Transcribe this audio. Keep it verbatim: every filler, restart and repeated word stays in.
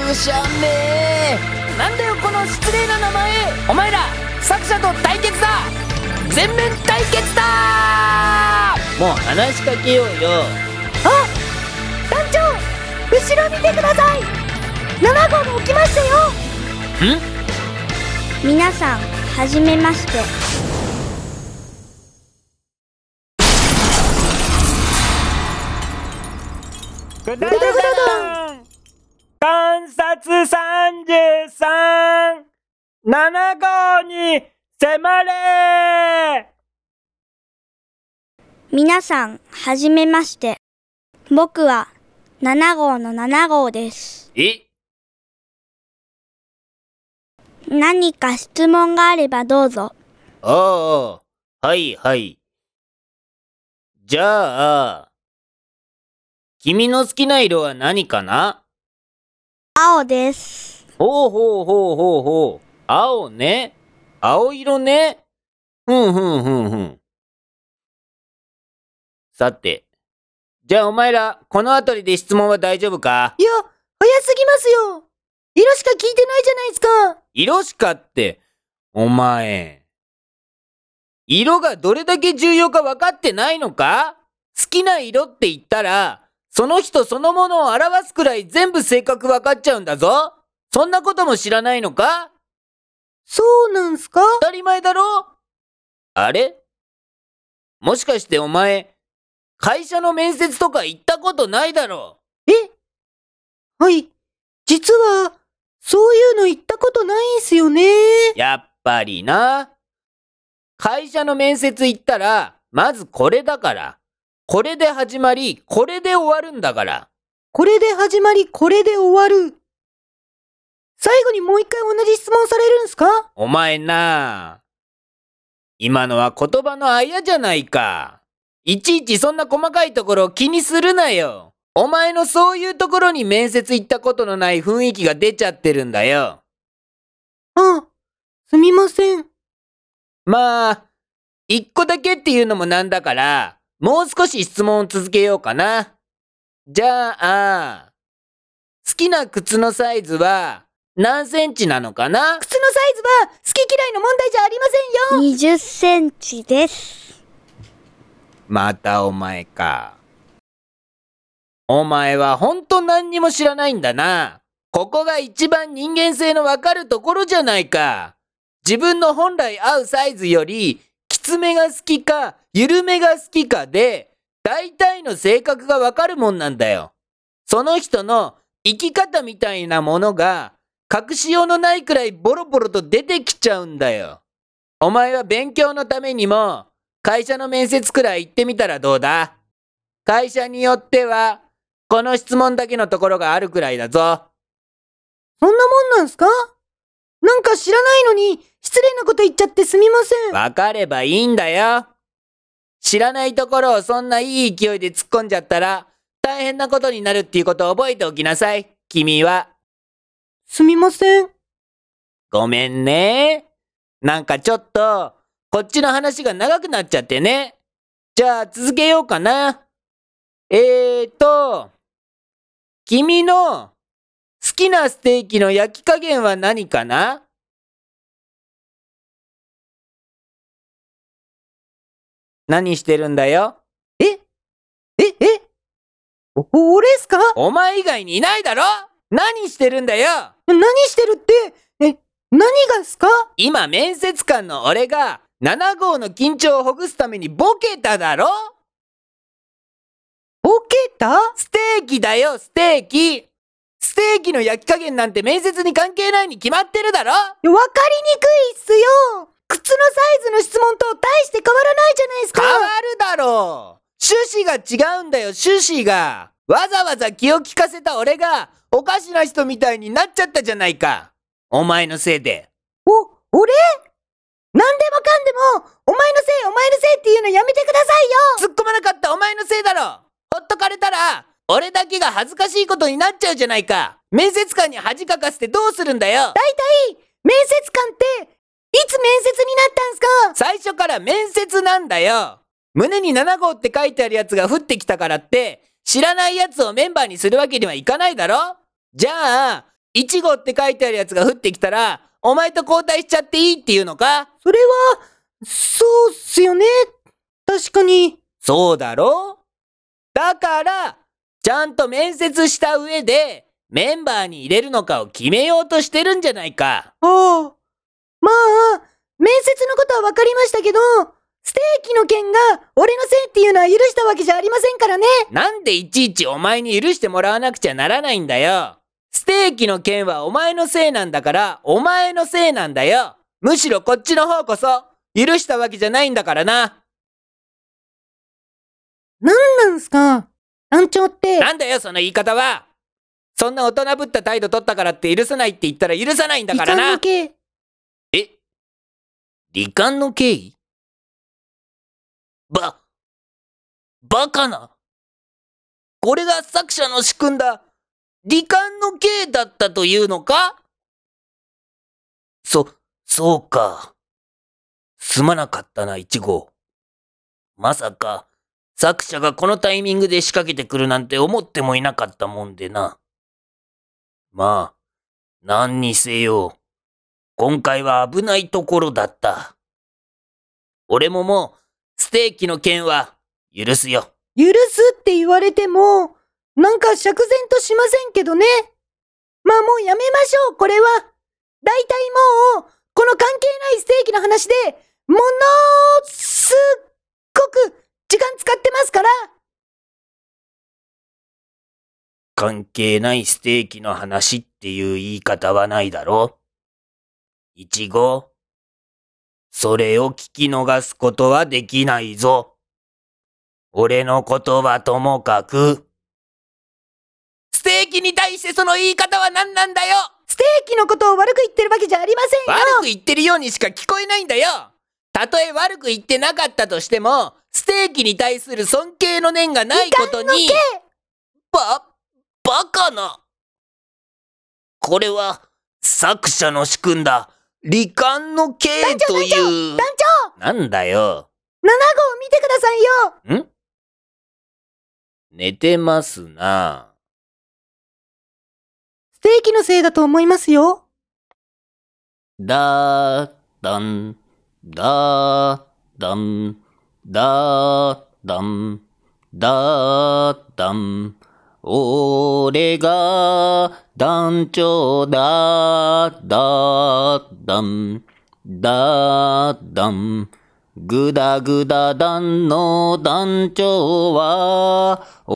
うしようね。 なんだよこの失礼な名前。お前ら作者と対決だ。全面対決だ。 もう話しかけようよ。 あ、団長、後ろ見てください。なな号も起きましたよ。 ん？ 皆さんはじめまして。 ぐだぐだだん。観察さんじゅうさん、なな号に迫れ。 皆さんはじめまして。僕はなな号のなな号です。 え？ 何か質問があればどうぞ。 ああ、はいはい。じゃあ、君の好きな色は何かな？ 青です。 ほうほうほうほうほう。青ね。青色ね。ふんふんふんふん。さて。じゃあお前ら、このあたりで質問は大丈夫か？ いや、早すぎますよ。色しか聞いてないじゃないですか。 色しかって、お前。色がどれだけ重要か分かってないのか？好きな色って言ったら、その人そのものを表すくらい全部性格分かっちゃうんだぞ。そんなことも知らないのか？ そうなんすか？ 当たり前だろ？あれ？もしかしてお前、会社の面接とか行ったことないだろ？ え？はい。実は、そういうの行ったことないんすよね。 やっぱりな。会社の面接行ったら、まずこれだから。これで始まり、これで終わるんだから。 これで始まり、これで終わる。最後にもう一回同じ質問されるんすか？ お前なあ。今のは言葉のあやじゃないか。いちいちそんな細かいところを気にするなよ。お前のそういうところに面接行ったことのない雰囲気が出ちゃってるんだよ。 あ、すみません。 まあ、一個だけっていうのもなんだから、もう少し質問を続けようかな。じゃあ、好きな靴のサイズは何センチなのかな？ 靴のサイズは好き嫌いの問題じゃありませんよ。 にじゅっセンチです。 またお前か。お前はほんと何にも知らないんだな。ここが一番人間性のわかるところじゃないか。自分の本来合うサイズより、きつめが好きか、緩めが好きかで、大体の性格がわかるもんなんだよ。その人の生き方みたいなものが、隠しようのないくらいボロボロと出てきちゃうんだよ。お前は勉強のためにも、会社の面接くらい行ってみたらどうだ？会社によっては、この質問だけのところがあるくらいだぞ。 そんなもんなんすか？なんか知らないのに、失礼なこと言っちゃってすみません。 わかればいいんだよ。知らないところをそんないい勢いで突っ込んじゃったら、大変なことになるっていうことを覚えておきなさい、君は。 すみません。 ごめんね。なんかちょっと、こっちの話が長くなっちゃってね。じゃあ続けようかな。えーと、君の好きなステーキの焼き加減は何かな？何してるんだよ？ えええお、俺っすか？ お前以外にいないだろ？何してるんだよ？ 何してるって、え、何がっすか？ 今面接官の俺がなな号の緊張をほぐすためにボケただろ？ ボケた？ ステーキだよ、ステーキ。ステーキの焼き加減なんて面接に関係ないに決まってるだろ？ わかりにくいっすよ。靴のサイズの質問と大して変わらないじゃないですか。 変わるだろう。趣旨が違うんだよ、趣旨が。わざわざ気を利かせた俺がおかしな人みたいになっちゃったじゃないか。お前のせいで。 お、俺？なんでもかんでも、お前のせい、お前のせいっていうのやめてくださいよ。 突っ込まなかったお前のせいだろ。ほっとかれたら、俺だけが恥ずかしいことになっちゃうじゃないか。面接官に恥かかせてどうするんだよ。 だいたい、面接官って、いつ面接になったんすか？ 最初から面接なんだよ。胸になな号って書いてあるやつが降ってきたからって、知らないやつをメンバーにするわけにはいかないだろ？じゃあ、 いち号って書いてあるやつが降ってきたら、お前と交代しちゃっていいっていうのか？ それは、そうっすよね。確かに。 そうだろ？だから、ちゃんと面接した上で、メンバーに入れるのかを決めようとしてるんじゃないか。 ああ。まあ、面接のことはわかりましたけど、ステーキの件が俺のせいっていうのは許したわけじゃありませんからね。 なんでいちいちお前に許してもらわなくちゃならないんだよ。ステーキの件はお前のせいなんだから、お前のせいなんだよ。むしろこっちの方こそ、許したわけじゃないんだからな。 なんなんすか、団長って。 なんだよその言い方は。そんな大人ぶった態度取ったからって許さないって言ったら許さないんだからな。 離婚の件。 え？離婚の経緯？ば、バカな。これが作者の仕組んだ離婚の刑だったというのか？そ、そうか。すまなかったな、一号。まさか、作者がこのタイミングで仕掛けてくるなんて思ってもいなかったもんでな。まあ、何にせよ、今回は危ないところだった。俺ももう、ステーキの件は許すよ。 許すって言われても、なんか釈然としませんけどね。まあもうやめましょう、これは。だいたいもう、この関係ないステーキの話で、ものすっごく時間使ってますから。 関係ないステーキの話っていう言い方はないだろ。いち号、それを聞き逃すことはできないぞ。俺のことはともかく。ステーキに対してその言い方は何なんだよ。 ステーキのことを悪く言ってるわけじゃありませんよ。 悪く言ってるようにしか聞こえないんだよ。たとえ悪く言ってなかったとしても、ステーキに対する尊敬の念がないことに、ば、バカな。これは作者の仕組んだ離婚の刑という。 団長なんだよ。 なな号見てくださいよ。 ん？寝てますな。 ステーキのせいだと思いますよ。 だーだん、だーだん、だーだん、だーだん。俺が団長だーだーだん、だーだん。ぐだぐだ団の団長は